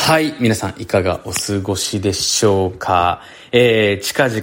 はい、皆さんいかがお過ごしでしょうか。近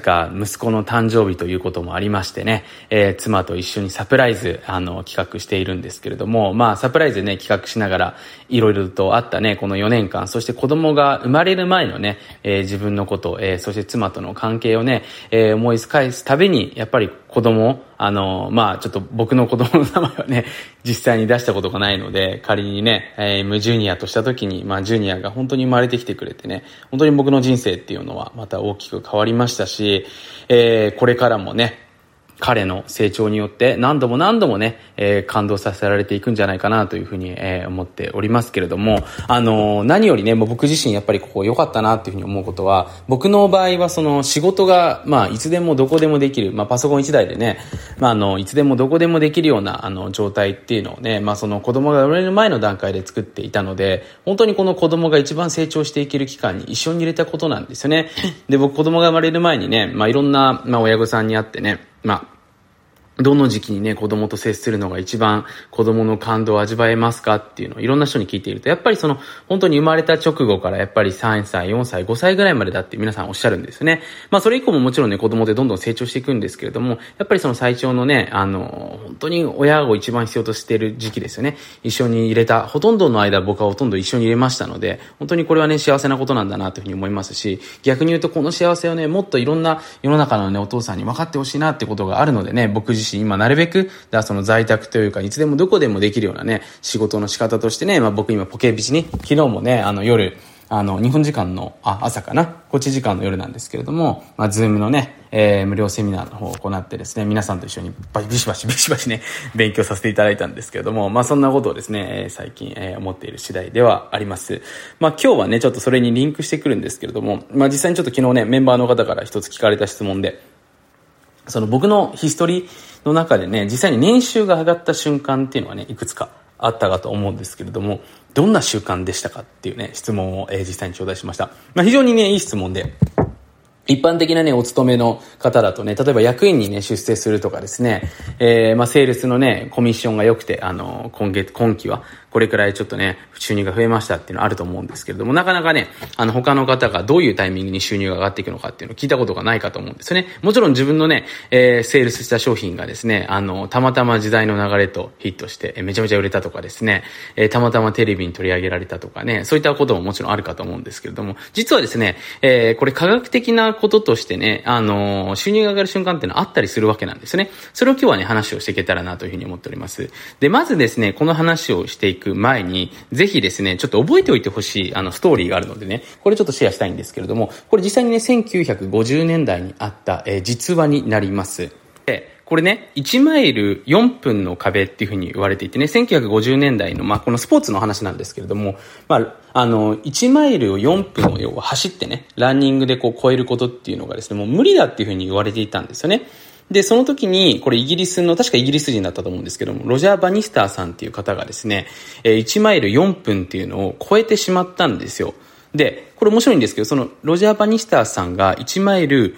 々息子の誕生日ということもありましてね、妻と一緒にサプライズ企画しているんですけれども、サプライズね企画しながらいろいろとあったねこの4年間、そして子供が生まれる前のね、自分のこと、そして妻との関係をね、思い返すたびにやっぱり子供ちょっと僕の子供の名前はね実際に出したことがないので、仮にね、ジュニアとした時にジュニアが本当に生まれてきてくれてね、本当に僕の人生っていうのはまた大きく変わりましたし、これからもね彼の成長によって何度もね、感動させられていくんじゃないかなというふうに、思っておりますけれども、何よりね、もう僕自身やっぱりここ良かったなっていうふうに思うことは、僕の場合はその仕事がいつでもどこでもできる、パソコン一台でね、いつでもどこでもできるような状態っていうのをね、その子供が生まれる前の段階で作っていたので、本当にこの子供が一番成長していける期間に一緒に入れたことなんですよね。で、僕子供が生まれる前にね、いろんな親御さんに会ってね、どの時期にね子供と接するのが一番子供の感動を味わえますかっていうのをいろんな人に聞いていると、やっぱりその本当に生まれた直後からやっぱり3歳、4歳、5歳ぐらいまでだって皆さんおっしゃるんですよね。それ以降ももちろんね子供ってどんどん成長していくんですけれども、やっぱりその最長のね本当に親を一番必要としている時期ですよね。一緒に入れたほとんどの間僕はほとんど一緒に入れましたので、本当にこれはね幸せなことなんだなというふうに思いますし、逆に言うとこの幸せをねもっといろんな世の中のねお父さんに分かってほしいなってことがあるのでね、僕自身今なるべくその在宅というかいつでもどこでもできるようなね仕事の仕方としてね、僕今ポケビチに昨日もね夜日本時間の朝かな、こっち時間の夜なんですけれども、ズームのね、無料セミナーの方を行ってですね、皆さんと一緒にビシバシね勉強させていただいたんですけれども、そんなことをですね、最近、思っている次第ではあります。今日はねちょっとそれにリンクしてくるんですけれども、実際にちょっと昨日ねメンバーの方から一つ聞かれた質問で、その僕のヒストリーの中でね実際に年収が上がった瞬間っていうのはねいくつかあったかと思うんですけれども、どんな習慣でしたかっていうね質問を、実際に頂戴しました。非常にねいい質問で、一般的なねお勤めの方だとね、例えば役員にね出世するとかですね、セールスのねコミッションが良くて今期はこれくらいちょっとね収入が増えましたっていうのはあると思うんですけれども、なかなかね他の方がどういうタイミングに収入が上がっていくのかっていうのを聞いたことがないかと思うんですよね。もちろん自分のね、セールスした商品がですねたまたま時代の流れとヒットしてめちゃめちゃ売れたとかですね、たまたまテレビに取り上げられたとかね、そういったことももちろんあるかと思うんですけれども、実はですね、これ科学的なこととしてね収入が上がる瞬間っていうのはあったりするわけなんですよね。それを今日はね話をしていけたらなというふうに思っております。で、まずですねこの話をしていく前にぜひですねちょっと覚えておいてほしいストーリーがあるのでね、これちょっとシェアしたいんですけれども、これ実際にね1950年代にあった、実話になります。これね1マイル4分の壁っていうふうに言われていてね、1950年代のこのスポーツの話なんですけれども、1マイルを4分を要は走ってねランニングで超えることっていうのがですねもう無理だっていうふうに言われていたんですよね。で、その時に、これ確かイギリス人だったと思うんですけども、ロジャー・バニスターさんっていう方がですね、1マイル4分っていうのを超えてしまったんですよ。で、これ面白いんですけど、そのロジャー・バニスターさんが1マイル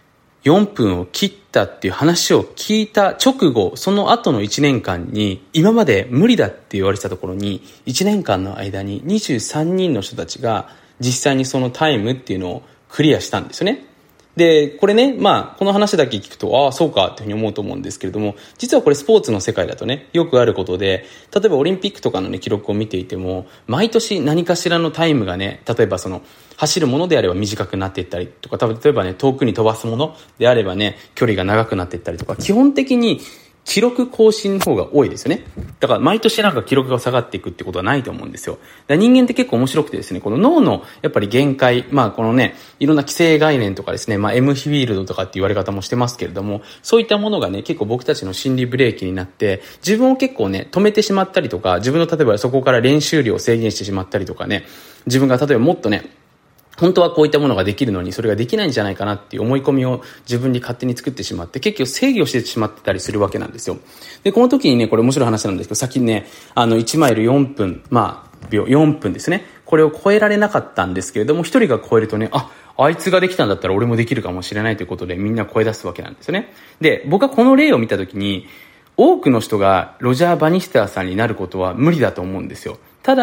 4分を切ったっていう話を聞いた直後、その後の1年間に、今まで無理だって言われてたところに、1年間の間に23人の人たちが実際にそのタイムっていうのをクリアしたんですよね。で、これね、この話だけ聞くと、そうかっていうふうに思うと思うんですけれども、実はこれスポーツの世界だとね、よくあることで、例えばオリンピックとかのね、記録を見ていても、毎年何かしらのタイムがね、例えばその、走るものであれば短くなっていったりとか、例えばね、遠くに飛ばすものであればね、距離が長くなっていったりとか、基本的に記録更新の方が多いですよね。だから毎年記録が下がっていくってことはないと思うんですよ。だから人間って結構面白くてですね、この脳のやっぱり限界、このね、いろんな既成概念とかですね、M フィールドとかって言われ方もしてますけれども、そういったものがね、結構僕たちの心理ブレーキになって、自分を結構ね、止めてしまったりとか、自分の例えばそこから練習量を制限してしまったりとかね、自分が例えばもっとね、本当はこういったものができるのにそれができないんじゃないかなっていう思い込みを自分に勝手に作ってしまって、結局制御してしまってたりするわけなんですよ。で、この時にね、これ面白い話なんですけど、さっきね1マイル4分4分ですね、これを超えられなかったんですけれども、一人が超えるとね、あいつができたんだったら俺もできるかもしれないということでみんな声出すわけなんですよね。で、僕はこの例を見た時に多くの人がロジャー・バニスターさんになることは無理だと思うんですよ。ただ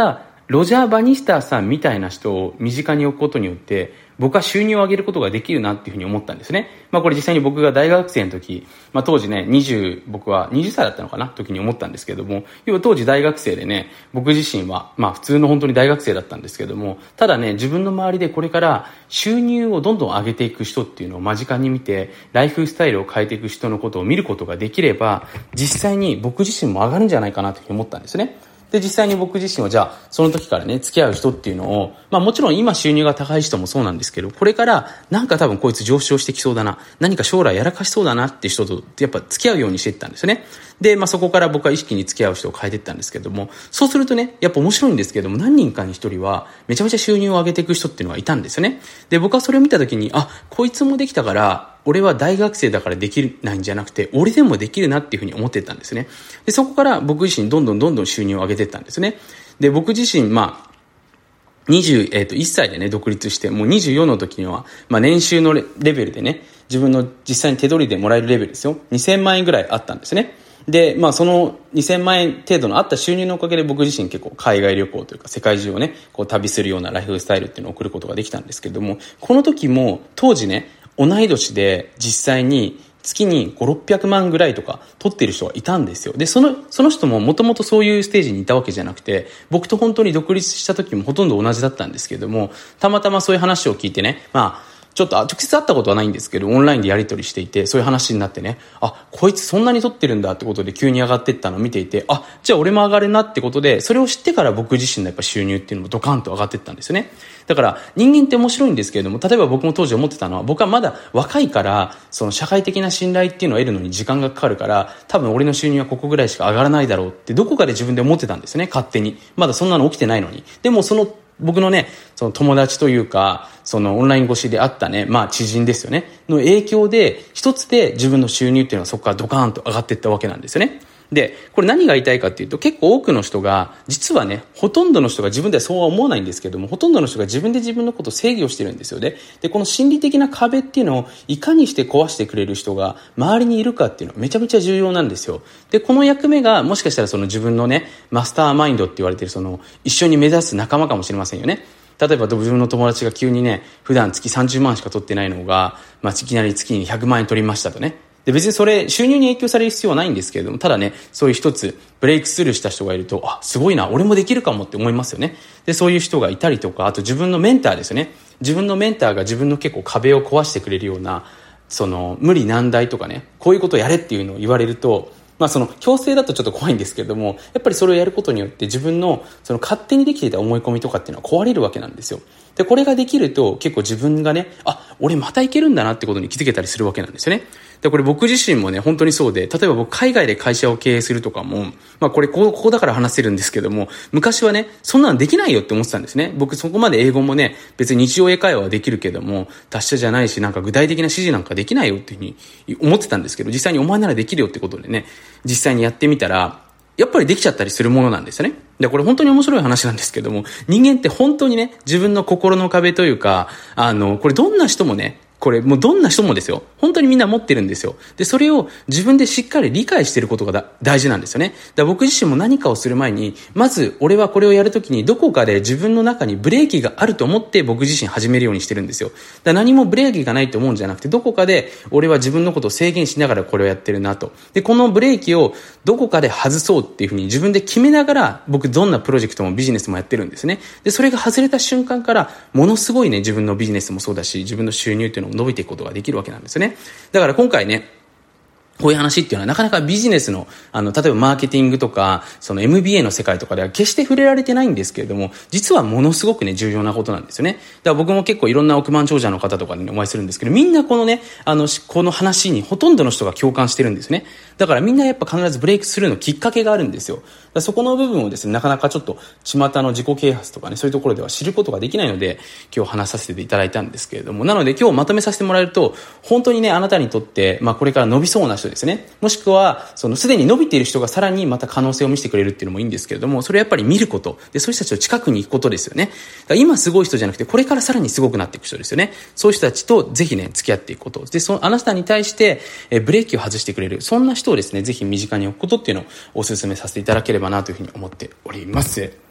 ロジャー・バニスターさんみたいな人を身近に置くことによって僕は収入を上げることができるなっていうふうに思ったんですね。これ実際に僕が大学生の時、当時ね、僕は20歳だったのかな時に思ったんですけども、要は当時大学生でね、僕自身は、普通の本当に大学生だったんですけども、ただね、自分の周りでこれから収入をどんどん上げていく人っていうのを間近に見て、ライフスタイルを変えていく人のことを見ることができれば、実際に僕自身も上がるんじゃないかなというふうに思ったんですね。で、実際に僕自身はじゃあ、その時からね、付き合う人っていうのを、もちろん今収入が高い人もそうなんですけど、これからなんか多分こいつ上昇してきそうだな、何か将来やらかしそうだなって人とやっぱ付き合うようにしていったんですよね。で、そこから僕は意識に付き合う人を変えていったんですけども、そうするとね、やっぱ面白いんですけども、何人かに一人はめちゃめちゃ収入を上げていく人っていうのがいたんですよね。で、僕はそれを見た時に、こいつもできたから、俺は大学生だからできないんじゃなくて、俺でもできるなっていうふうに思ってたんですね。で、そこから僕自身どんどん収入を上げていったんですね。で、僕自身、1歳でね、独立して、もう24の時には、年収のレベルでね、自分の実際に手取りでもらえるレベルですよ。2000万円ぐらいあったんですね。で、その2000万円程度のあった収入のおかげで僕自身結構海外旅行というか世界中をね、こう旅するようなライフスタイルっていうのを送ることができたんですけども、この時も当時ね、同い年で実際に月に5、600万ぐらいとか取っている人がいたんですよ。で、その人ももともとそういうステージにいたわけじゃなくて、僕と本当に独立した時もほとんど同じだったんですけども、たまたまそういう話を聞いてね、ちょっと直接会ったことはないんですけど、オンラインでやり取りしていて、そういう話になってね、こいつそんなに取ってるんだってことで急に上がっていったのを見ていて、じゃあ俺も上がるなってことで、それを知ってから僕自身のやっぱ収入っていうのもドカンと上がっていったんですよね。だから人間って面白いんですけれども、例えば僕も当時思ってたのは、僕はまだ若いから、その社会的な信頼っていうのを得るのに時間がかかるから、多分俺の収入はここぐらいしか上がらないだろうってどこかで自分で思ってたんですね、勝手に。まだそんなの起きてないのに。でも僕のね、その友達というか、そのオンライン越しであったね、知人ですよね、の影響で、一つで自分の収入っていうのはそこからドカーンと上がっていったわけなんですよね。で、これ何が言いたいかっていうと、結構多くの人が、実はね、ほとんどの人が自分ではそうは思わないんですけども、ほとんどの人が自分で自分のことを制御してるんですよね。で、この心理的な壁っていうのをいかにして壊してくれる人が周りにいるかっていうのはめちゃめちゃ重要なんですよ。で、この役目がもしかしたらその自分のね、マスターマインドって言われてるその一緒に目指す仲間かもしれませんよね。例えば自分の友達が急にね、普段月30万しか取ってないのが、いきなり月に100万円取りましたとね。で、別にそれ収入に影響される必要はないんですけれども、ただね、そういう一つブレイクスルーした人がいると、すごいな、俺もできるかもって思いますよね。で、そういう人がいたりとか、あと自分のメンターですよね。自分のメンターが自分の結構壁を壊してくれるような、その無理難題とかね、こういうことをやれっていうのを言われると、その強制だとちょっと怖いんですけれども、やっぱりそれをやることによって自分のその勝手にできていた思い込みとかっていうのは壊れるわけなんですよ。で、これができると結構自分がね、俺またいけるんだなってことに気づけたりするわけなんですよね。で、これ僕自身もね、本当にそうで、例えば僕海外で会社を経営するとかも、これここだから話せるんですけども、昔はね、そんなのできないよって思ってたんですね。僕そこまで英語もね、別に日常英会話はできるけども、達者じゃないし、なんか具体的な指示なんかできないよっていうふうに思ってたんですけど、実際にお前ならできるよってことでね、実際にやってみたら、やっぱりできちゃったりするものなんですよね。で、これ本当に面白い話なんですけども、人間って本当にね、自分の心の壁というか、これどんな人もね、これもうどんな人もですよ。本当にみんな持ってるんですよ。で、それを自分でしっかり理解していることが大事なんですよね。だから僕自身も何かをする前に、まず俺はこれをやるときにどこかで自分の中にブレーキがあると思って僕自身始めるようにしてるんですよ。だから何もブレーキがないと思うんじゃなくて、どこかで俺は自分のことを制限しながらこれをやってるなと。で、このブレーキをどこかで外そうっていうふうに自分で決めながら、僕どんなプロジェクトもビジネスもやってるんですね。で、それが外れた瞬間からものすごいね、自分のビジネスもそうだし、自分の収入っていうのも伸びていくことができるわけなんですよね。だから今回ね、こういう話っていうのはなかなかビジネスの、例えばマーケティングとか、その MBA の世界とかでは決して触れられてないんですけれども、実はものすごくね、重要なことなんですよね。だから僕も結構いろんな億万長者の方とかにお会いするんですけど、みんなこのね、この話にほとんどの人が共感してるんですね。だからみんなやっぱ必ずブレイクスルーのきっかけがあるんですよ。だからそこの部分をですね、なかなかちょっと巷の自己啓発とかね、そういうところでは知ることができないので、今日話させていただいたんですけれども、なので今日まとめさせてもらえると、本当にね、あなたにとって、これから伸びそうな人ですね。もしくはそのすでに伸びている人がさらにまた可能性を見せてくれるっていうのもいいんですけれども、それはやっぱり見ることで、そういう人たちを近くに行くことですよね。だから今すごい人じゃなくて、これからさらにすごくなっていく人ですよね。そういう人たちとぜひね、付き合っていくことで、あなたに対してブレーキを外してくれる、そんな人をですね、ぜひ身近に置くことっていうのをお勧めさせていただければなというふうに思っております。